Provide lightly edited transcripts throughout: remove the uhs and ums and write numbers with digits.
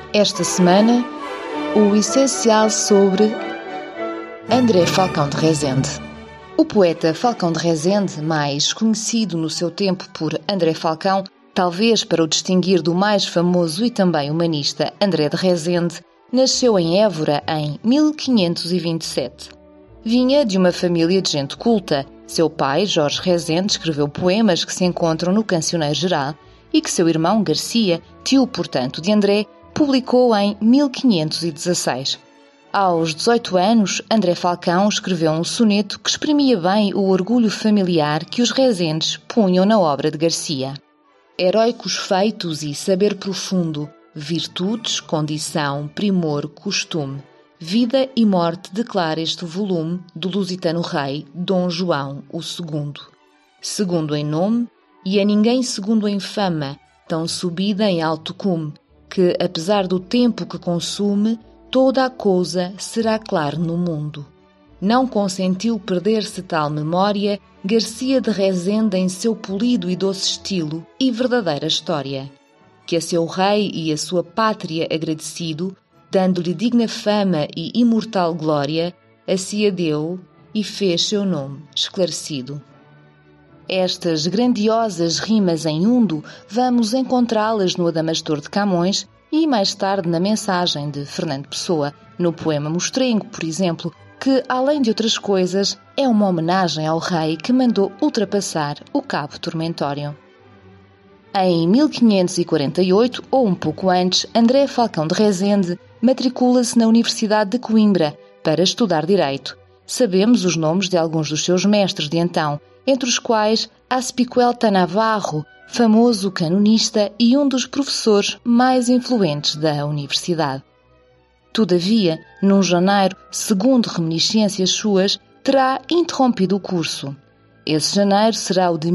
Esta semana, o essencial sobre André Falcão de Rezende. O poeta Falcão de Rezende, mais conhecido no seu tempo por André Falcão, talvez para o distinguir do mais famoso e também humanista André de Rezende, nasceu em Évora em 1527. Vinha de uma família de gente culta. Seu pai, Jorge Rezende, escreveu poemas que se encontram no Cancioneiro Geral e que seu irmão, Garcia, tio, portanto, de André, publicou em 1516. Aos 18 anos, André Falcão escreveu um soneto que exprimia bem o orgulho familiar que os Rezendes punham na obra de Garcia. Heróicos feitos e saber profundo, virtudes, condição, primor, costume, vida e morte declara este volume do lusitano rei Dom João II. Segundo em nome, e a ninguém segundo em fama, tão subida em alto cume, que, apesar do tempo que consume, toda a coisa será clara no mundo. Não consentiu perder-se tal memória Garcia de Rezende em seu polido e doce estilo e verdadeira história, que a seu rei e a sua pátria agradecido, dando-lhe digna fama e imortal glória, a si a deu e fez seu nome esclarecido. Estas grandiosas rimas em undo vamos encontrá-las no Adamastor de Camões e mais tarde na mensagem de Fernando Pessoa, no poema Mostrengo, por exemplo, que, além de outras coisas, é uma homenagem ao rei que mandou ultrapassar o Cabo Tormentório. Em 1548, ou um pouco antes, André Falcão de Rezende matricula-se na Universidade de Coimbra para estudar Direito. Sabemos os nomes de alguns dos seus mestres de então, entre os quais Azpilicueta Navarro, famoso canonista e um dos professores mais influentes da universidade. Todavia, num janeiro, segundo reminiscências suas, terá interrompido o curso. Esse janeiro será o de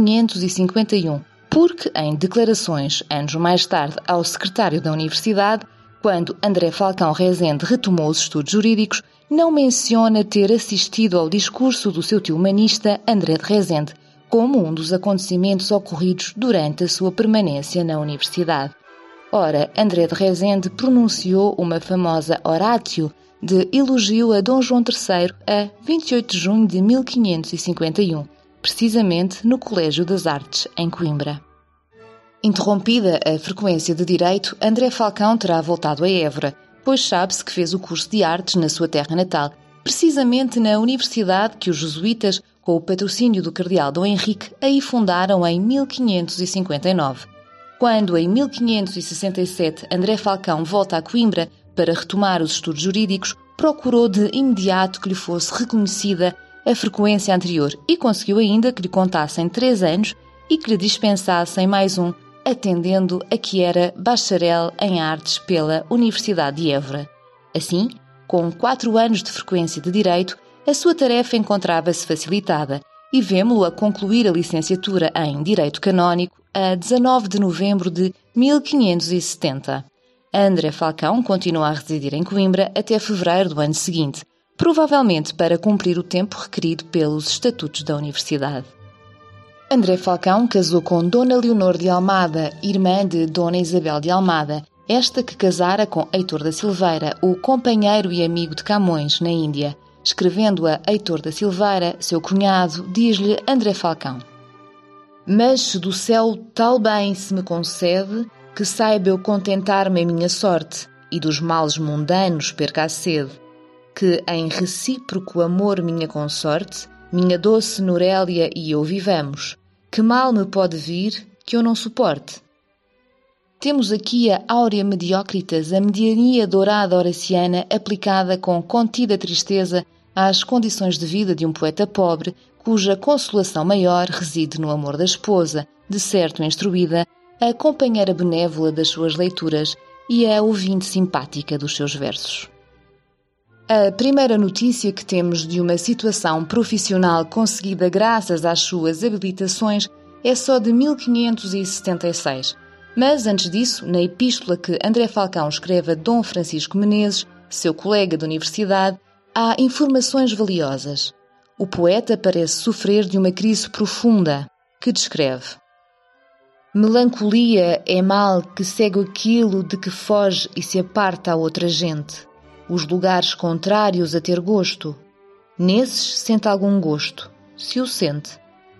1551, porque, em declarações anos mais tarde ao secretário da universidade, quando André Falcão Rezende retomou os estudos jurídicos, não menciona ter assistido ao discurso do seu tio humanista André de Rezende, como um dos acontecimentos ocorridos durante a sua permanência na universidade. Ora, André de Rezende pronunciou uma famosa oratio de elogio a Dom João III a 28 de junho de 1551, precisamente no Colégio das Artes, em Coimbra. Interrompida a frequência de Direito, André Falcão terá voltado a Évora, pois sabe-se que fez o curso de Artes na sua terra natal, precisamente na universidade que os jesuítas, com o patrocínio do cardeal Dom Henrique, aí fundaram em 1559. Quando, em 1567, André Falcão volta a Coimbra para retomar os estudos jurídicos, procurou de imediato que lhe fosse reconhecida a frequência anterior e conseguiu ainda que lhe contassem 3 anos e que lhe dispensassem mais um, atendendo a que era bacharel em artes pela Universidade de Évora. Assim, com 4 anos de frequência de Direito, a sua tarefa encontrava-se facilitada e vemo-lo a concluir a licenciatura em Direito Canónico a 19 de novembro de 1570. André Falcão continua a residir em Coimbra até fevereiro do ano seguinte, provavelmente para cumprir o tempo requerido pelos estatutos da universidade. André Falcão casou com Dona Leonor de Almada, irmã de Dona Isabel de Almada, esta que casara com Heitor da Silveira, o companheiro e amigo de Camões, na Índia. Escrevendo-a Heitor da Silveira, seu cunhado, diz-lhe André Falcão: "Mas se do céu tal bem se me concede, que saiba eu contentar-me em minha sorte, e dos males mundanos perca a sede, que em recíproco amor minha consorte, minha doce Norélia e eu vivamos, que mal me pode vir que eu não suporte?" Temos aqui a áurea mediocritas, a mediania dourada horaciana aplicada com contida tristeza às condições de vida de um poeta pobre, cuja consolação maior reside no amor da esposa, de certo instruída, a companheira benévola das suas leituras e a ouvinte simpática dos seus versos. A primeira notícia que temos de uma situação profissional conseguida graças às suas habilitações é só de 1576. Mas, antes disso, na epístola que André Falcão escreve a Dom Francisco Menezes, seu colega de universidade, há informações valiosas. O poeta parece sofrer de uma crise profunda, que descreve: Melancolia é mal que segue aquilo de que foge e se aparta a outra gente. Os lugares contrários a ter gosto. Nesses sente algum gosto, se o sente.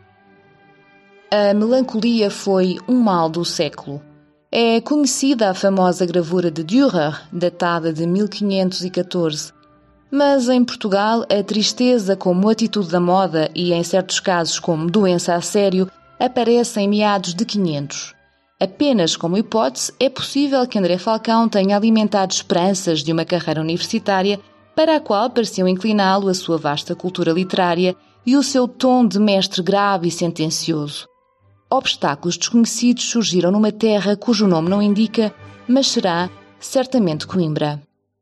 A melancolia foi um mal do século. É conhecida a famosa gravura de Dürer, datada de 1514. Mas em Portugal, a tristeza como atitude da moda e, em certos casos, como doença a sério, aparece em meados de 500. Apenas como hipótese, é possível que André Falcão tenha alimentado esperanças de uma carreira universitária para a qual pareciam incliná-lo a sua vasta cultura literária e o seu tom de mestre grave e sentencioso. Obstáculos desconhecidos surgiram numa terra cujo nome não indica, mas será certamente Coimbra.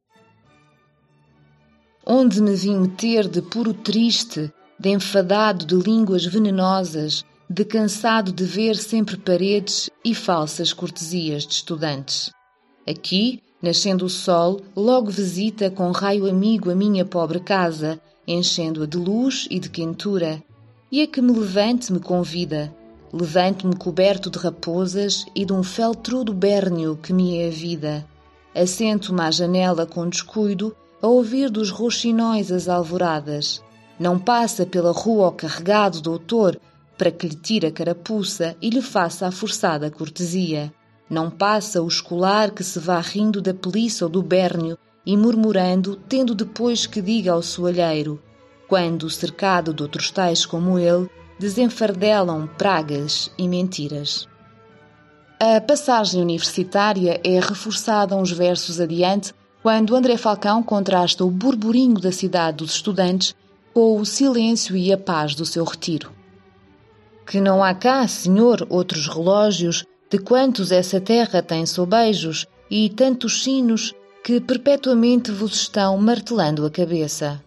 Onde me vim meter de puro triste, de enfadado de línguas venenosas, de cansado de ver sempre paredes e falsas cortesias de estudantes. Aqui, nascendo o sol, logo visita com raio amigo a minha pobre casa, enchendo-a de luz e de quentura. E a que me levante me convida. Levanto-me coberto de raposas e de um feltrudo bérnio que me é a vida. Assento-me à janela com descuido, a ouvir dos roxinóis as alvoradas. Não passa pela rua o carregado doutor para que lhe tire a carapuça e lhe faça a forçada cortesia. Não passa o escolar que se vá rindo da peliça ou do bérnio e murmurando, tendo depois que diga ao soalheiro, quando, cercado de outros tais como ele, desenfardelam pragas e mentiras. A passagem universitária é reforçada uns versos adiante, quando André Falcão contrasta o burburinho da cidade dos estudantes com o silêncio e a paz do seu retiro. Que não há cá, senhor, outros relógios, de quantos essa terra tem sobejos, e tantos sinos que perpetuamente vos estão martelando a cabeça.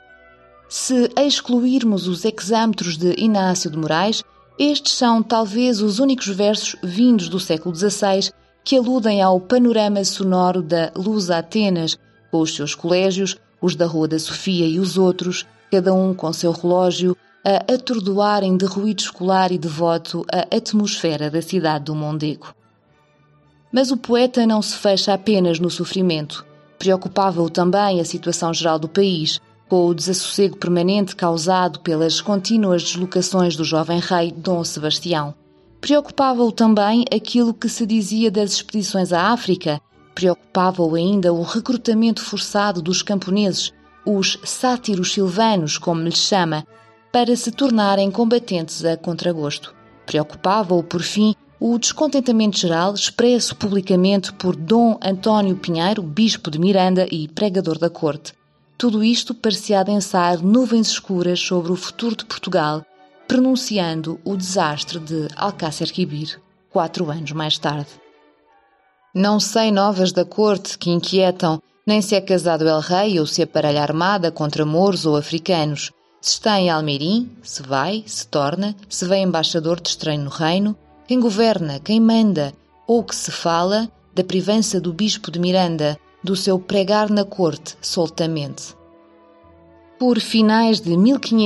Se excluirmos os hexâmetros de Inácio de Moraes, estes são talvez os únicos versos vindos do século XVI que aludem ao panorama sonoro da Lusa Atenas, com os seus colégios, os da Rua da Sofia e os outros, cada um com seu relógio, a atordoarem de ruído escolar e devoto a atmosfera da cidade do Mondego. Mas o poeta não se fecha apenas no sofrimento. Preocupava-o também a situação geral do país, com o desassossego permanente causado pelas contínuas deslocações do jovem rei Dom Sebastião. Preocupava-o também aquilo que se dizia das expedições à África, preocupava-o ainda o recrutamento forçado dos camponeses, os sátiros silvanos, como lhes chama, para se tornarem combatentes a contragosto. Preocupava-o, por fim, o descontentamento geral expresso publicamente por Dom António Pinheiro, bispo de Miranda e pregador da corte. Tudo isto parecia adensar nuvens escuras sobre o futuro de Portugal, pronunciando o desastre de Alcácer Quibir, 4 anos mais tarde. Não sei novas da corte que inquietam, nem se é casado el rei ou se aparelha armada contra mouros ou africanos, se está em Almeirim, se vai, se torna, se vem embaixador de estranho no reino, quem governa, quem manda, ou que se fala da privança do bispo de Miranda, do seu pregar na corte soltamente. Por finais de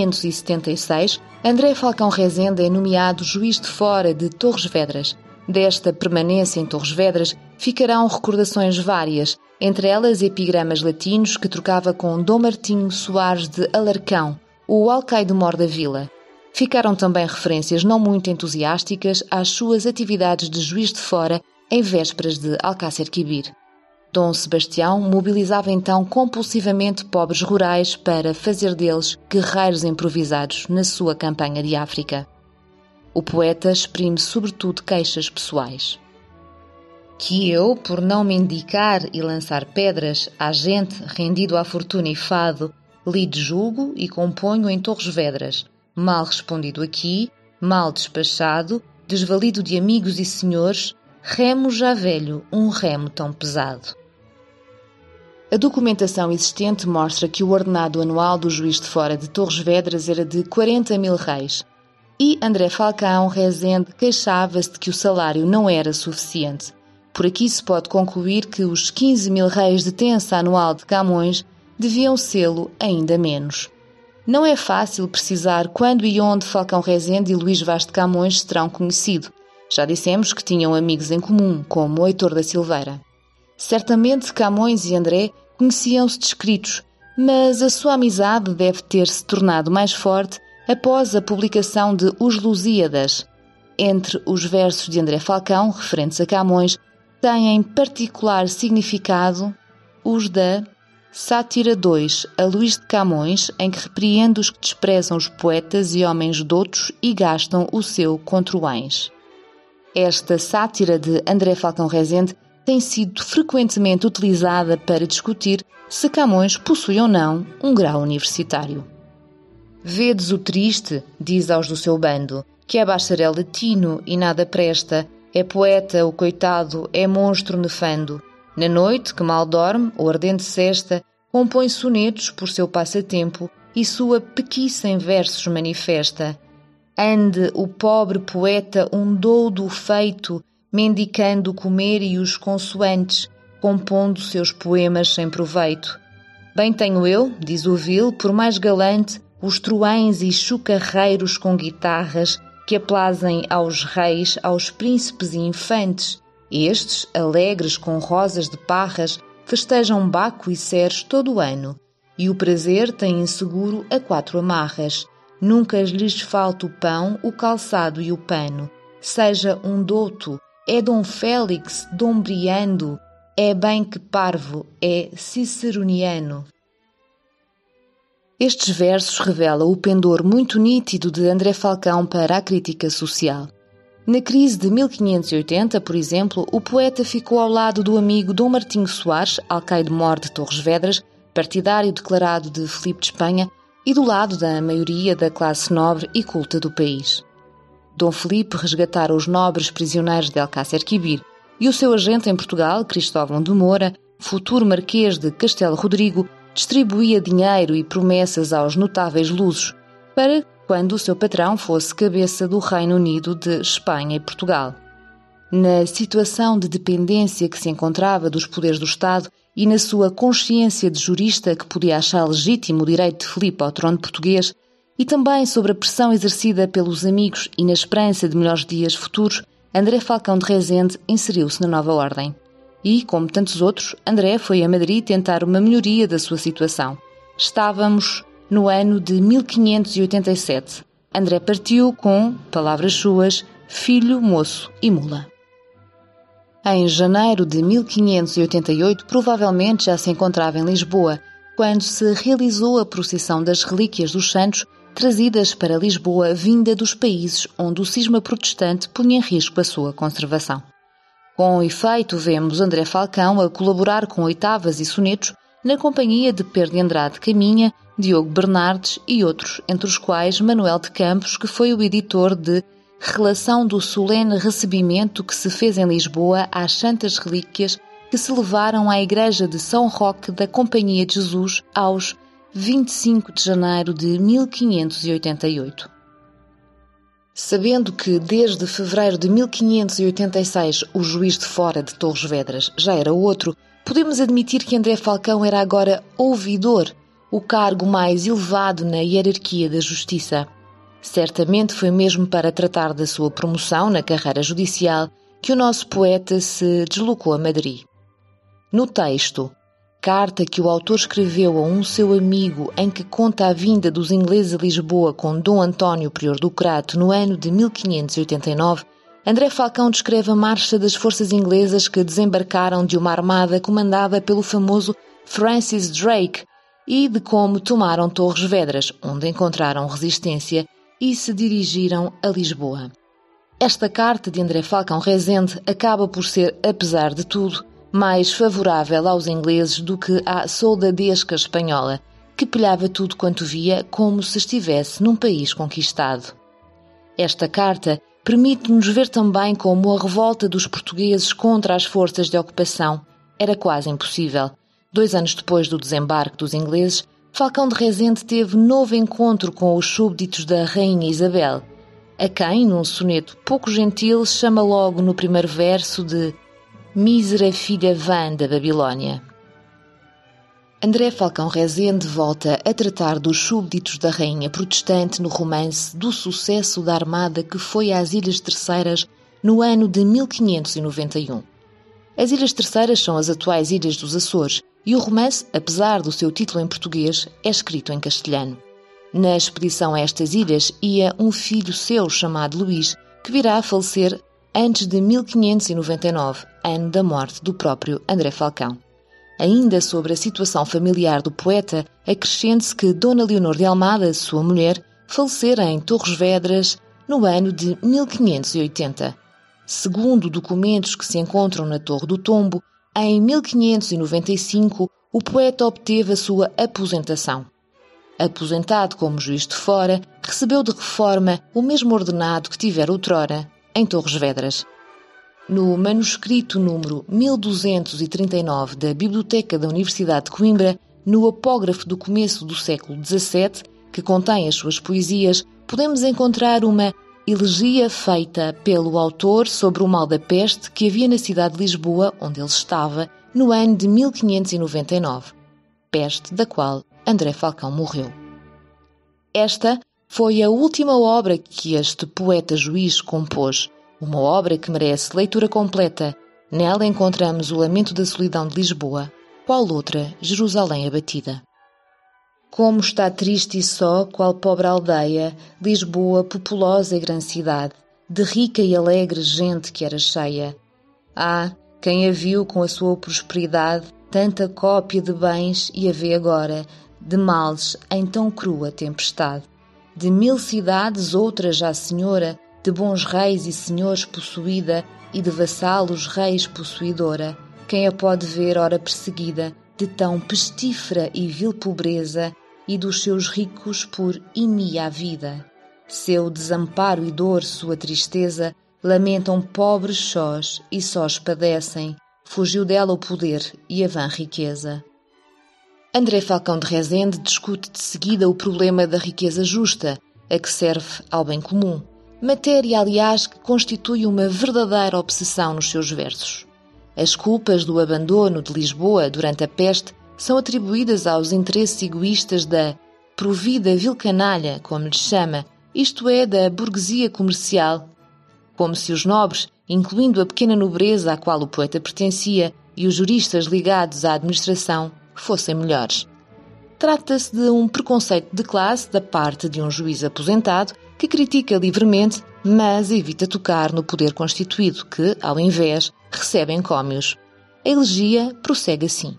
1576, André Falcão Rezende é nomeado juiz de fora de Torres Vedras. Desta permanência em Torres Vedras ficarão recordações várias, entre elas epigramas latinos que trocava com Dom Martinho Soares de Alarcão, o alcaide-mor da vila. Ficaram também referências não muito entusiásticas às suas atividades de juiz de fora em vésperas de Alcácer Quibir. Dom Sebastião mobilizava então compulsivamente pobres rurais para fazer deles guerreiros improvisados na sua campanha de África. O poeta exprime sobretudo queixas pessoais. Que eu, por não me indicar e lançar pedras à gente rendido à fortuna e fado, lido julgo e componho em Torres Vedras, mal respondido aqui, mal despachado, desvalido de amigos e senhores, remo já velho, um remo tão pesado. A documentação existente mostra que o ordenado anual do juiz de fora de Torres Vedras era de 40.000 reis, e André Falcão Rezende queixava-se de que o salário não era suficiente. Por aqui se pode concluir que os 15.000 reis de tença anual de Camões deviam sê-lo ainda menos. Não é fácil precisar quando e onde Falcão Rezende e Luís Vaz de Camões se terão conhecido. Já dissemos que tinham amigos em comum, como o Heitor da Silveira. Certamente Camões e André conheciam-se descritos, mas a sua amizade deve ter-se tornado mais forte após a publicação de Os Lusíadas. Entre os versos de André Falcão, referentes a Camões, têm particular significado os da Sátira 2, a Luís de Camões, em que repreende os que desprezam os poetas e homens doutos e gastam o seu contra o bens. Esta sátira de André Falcão Rezende tem sido frequentemente utilizada para discutir se Camões possui ou não um grau universitário. Vedes o triste, diz aos do seu bando, que é bacharel latino e nada presta, é poeta, o coitado, é monstro nefando. Na noite, que mal dorme, ou ardente sesta, compõe sonetos por seu passatempo e sua pequiça em versos manifesta. Ande o pobre poeta um doudo feito, mendicando o comer e os consoantes, compondo seus poemas sem proveito. Bem tenho eu, diz o vil, por mais galante, os truães e chucarreiros com guitarras que aplazem aos reis, aos príncipes e infantes. Estes, alegres com rosas de parras, festejam Baco e Ceres todo o ano, e o prazer têm seguro a 4 amarras. Nunca lhes falta o pão, o calçado e o pano. Seja um douto, é Dom Félix, Dom Briando, é bem que parvo, é ciceroniano. Estes versos revelam o pendor muito nítido de André Falcão para a crítica social. Na crise de 1580, por exemplo, o poeta ficou ao lado do amigo Dom Martinho Soares, alcaide-mor de Torres Vedras, partidário declarado de Filipe de Espanha, e do lado da maioria da classe nobre e culta do país. Dom Filipe resgatara os nobres prisioneiros de Alcácer Quibir e o seu agente em Portugal, Cristóvão de Moura, futuro marquês de Castelo Rodrigo, distribuía dinheiro e promessas aos notáveis lusos para quando o seu patrão fosse cabeça do Reino Unido de Espanha e Portugal. Na situação de dependência que se encontrava dos poderes do Estado e na sua consciência de jurista que podia achar legítimo o direito de Filipe ao trono português, e também sobre a pressão exercida pelos amigos e na esperança de melhores dias futuros, André Falcão de Rezende inseriu-se na nova ordem. E, como tantos outros, André foi a Madrid tentar uma melhoria da sua situação. Estávamos no ano de 1587. André partiu com, palavras suas, filho, moço e mula. Em janeiro de 1588, provavelmente já se encontrava em Lisboa, quando se realizou a procissão das relíquias dos santos trazidas para Lisboa vinda dos países onde o cisma protestante punha em risco a sua conservação. Com efeito, vemos André Falcão a colaborar com oitavas e sonetos na companhia de Pedro de Andrade Caminha, Diogo Bernardes e outros, entre os quais Manuel de Campos, que foi o editor de Relação do solene recebimento que se fez em Lisboa às santas relíquias que se levaram à igreja de São Roque da Companhia de Jesus aos 25 de janeiro de 1588. Sabendo que desde fevereiro de 1586 o juiz de fora de Torres Vedras já era outro, podemos admitir que André Falcão era agora ouvidor, o cargo mais elevado na hierarquia da justiça. Certamente foi mesmo para tratar da sua promoção na carreira judicial que o nosso poeta se deslocou a Madrid. No texto, carta que o autor escreveu a um seu amigo em que conta a vinda dos ingleses a Lisboa com Dom António Prior do Crato no ano de 1589, André Falcão descreve a marcha das forças inglesas que desembarcaram de uma armada comandada pelo famoso Francis Drake e de como tomaram Torres Vedras, onde encontraram resistência e se dirigiram a Lisboa. Esta carta de André Falcão Rezende acaba por ser, apesar de tudo, mais favorável aos ingleses do que à soldadesca espanhola, que pilhava tudo quanto via como se estivesse num país conquistado. Esta carta permite-nos ver também como a revolta dos portugueses contra as forças de ocupação era quase impossível. 2 anos depois do desembarque dos ingleses, Falcão de Rezende teve novo encontro com os súbditos da Rainha Isabel, a quem, num soneto pouco gentil, chama logo no primeiro verso de mísera filha vã da Babilónia. André Falcão Rezende volta a tratar dos súbditos da rainha protestante no romance do sucesso da armada que foi às Ilhas Terceiras no ano de 1591. As Ilhas Terceiras são as atuais Ilhas dos Açores e o romance, apesar do seu título em português, é escrito em castelhano. Na expedição a estas ilhas ia um filho seu chamado Luís, que virá a falecer antes de 1599, ano da morte do próprio André Falcão. Ainda sobre a situação familiar do poeta, acrescente-se que Dona Leonor de Almada, sua mulher, falecera em Torres Vedras no ano de 1580. Segundo documentos que se encontram na Torre do Tombo, em 1595 o poeta obteve a sua aposentação. Aposentado como juiz de fora, recebeu de reforma o mesmo ordenado que tivera outrora em Torres Vedras. No manuscrito número 1239 da Biblioteca da Universidade de Coimbra, no apógrafo do começo do século XVII, que contém as suas poesias, podemos encontrar uma elegia feita pelo autor sobre o mal da peste que havia na cidade de Lisboa, onde ele estava, no ano de 1599, peste da qual André Falcão morreu. Esta foi a última obra que este poeta-juiz compôs, uma obra que merece leitura completa. Nela encontramos o Lamento da Solidão de Lisboa, qual outra Jerusalém abatida. Como está triste e só, qual pobre aldeia, Lisboa, populosa e grande cidade, de rica e alegre gente que era cheia. Ah, quem a viu com a sua prosperidade, tanta cópia de bens e a vê agora, de males em tão crua tempestade. De 1000 cidades outra já senhora, de bons reis e senhores possuída, e de vassalos reis possuidora, quem a pode ver ora perseguida, de tão pestífera e vil pobreza, e dos seus ricos por imia a vida. Seu desamparo e dor, sua tristeza, lamentam pobres sós, e sós padecem, fugiu dela o poder e a vã riqueza. André Falcão de Rezende discute de seguida o problema da riqueza justa, a que serve ao bem comum, matéria, aliás, que constitui uma verdadeira obsessão nos seus versos. As culpas do abandono de Lisboa durante a peste são atribuídas aos interesses egoístas da provida vil canalha, como lhes chama, isto é, da burguesia comercial, como se os nobres, incluindo a pequena nobreza à qual o poeta pertencia, e os juristas ligados à administração, fossem melhores. Trata-se de um preconceito de classe da parte de um juiz aposentado que critica livremente, mas evita tocar no poder constituído que, ao invés, recebe encômios. A elegia prossegue assim.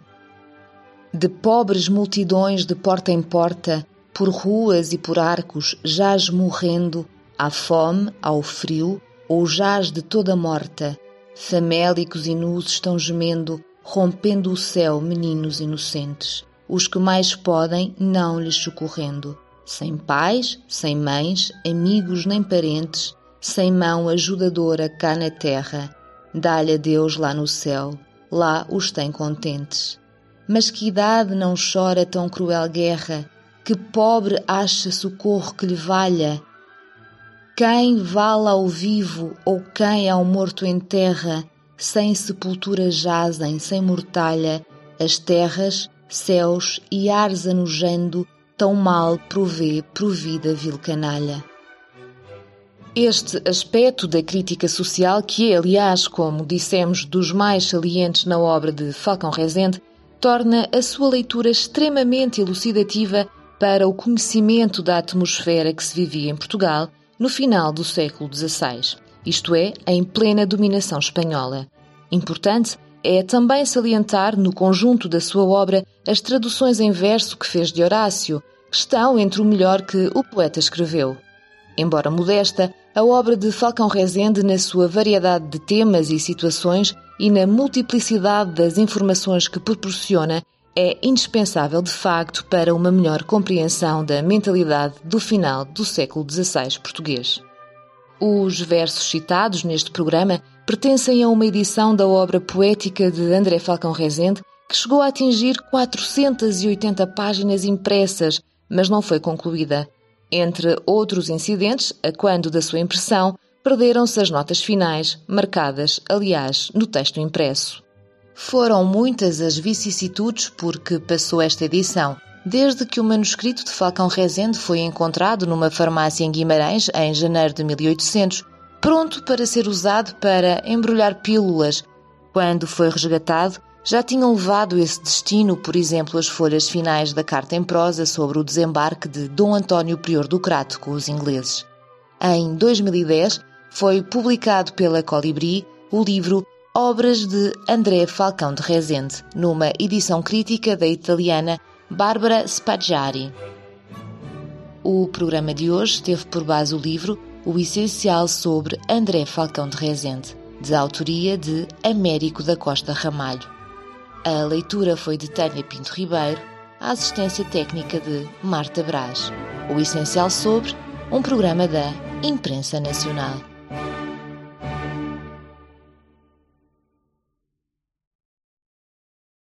De pobres multidões de porta em porta, por ruas e por arcos, jaz morrendo, à fome, ao frio, ou jaz de toda morta. Famélicos e nus estão gemendo, rompendo o céu meninos inocentes. Os que mais podem, não lhes socorrendo. Sem pais, sem mães, amigos nem parentes, sem mão ajudadora cá na terra. Dá-lhe a Deus lá no céu, lá os tem contentes. Mas que idade não chora tão cruel guerra? Que pobre acha socorro que lhe valha? Quem vale ao vivo ou quem ao morto enterra? Sem sepultura jazem, sem mortalha, as terras, céus e ares anojando, tão mal provê provida vil canalha. Este aspecto da crítica social, que é, aliás, como dissemos, dos mais salientes na obra de Falcão Rezende, torna a sua leitura extremamente elucidativa para o conhecimento da atmosfera que se vivia em Portugal no final do século XVI, isto é, em plena dominação espanhola. Importante é também salientar no conjunto da sua obra as traduções em verso que fez de Horácio, que estão entre o melhor que o poeta escreveu. Embora modesta, a obra de Falcão Rezende, na sua variedade de temas e situações e na multiplicidade das informações que proporciona, é indispensável de facto para uma melhor compreensão da mentalidade do final do século XVI português. Os versos citados neste programa pertencem a uma edição da obra poética de André Falcão Rezende que chegou a atingir 480 páginas impressas, mas não foi concluída. Entre outros incidentes, a quando da sua impressão, perderam-se as notas finais, marcadas, aliás, no texto impresso. Foram muitas as vicissitudes por que passou esta edição, desde que o manuscrito de Falcão Rezende foi encontrado numa farmácia em Guimarães, em janeiro de 1800, pronto para ser usado para embrulhar pílulas. Quando foi resgatado, já tinham levado esse destino, por exemplo, as folhas finais da carta em prosa sobre o desembarque de Dom António Prior do Crato com os ingleses. Em 2010, foi publicado pela Colibri o livro Obras de André Falcão de Rezende, numa edição crítica da italiana Barbara Spaggiari. O programa de hoje teve por base o livro O Essencial sobre André Falcão de Rezende, de autoria de Américo da Costa Ramalho. A leitura foi de Tânia Pinto Ribeiro, a assistência técnica de Marta Brás. O Essencial sobre, um programa da Imprensa Nacional.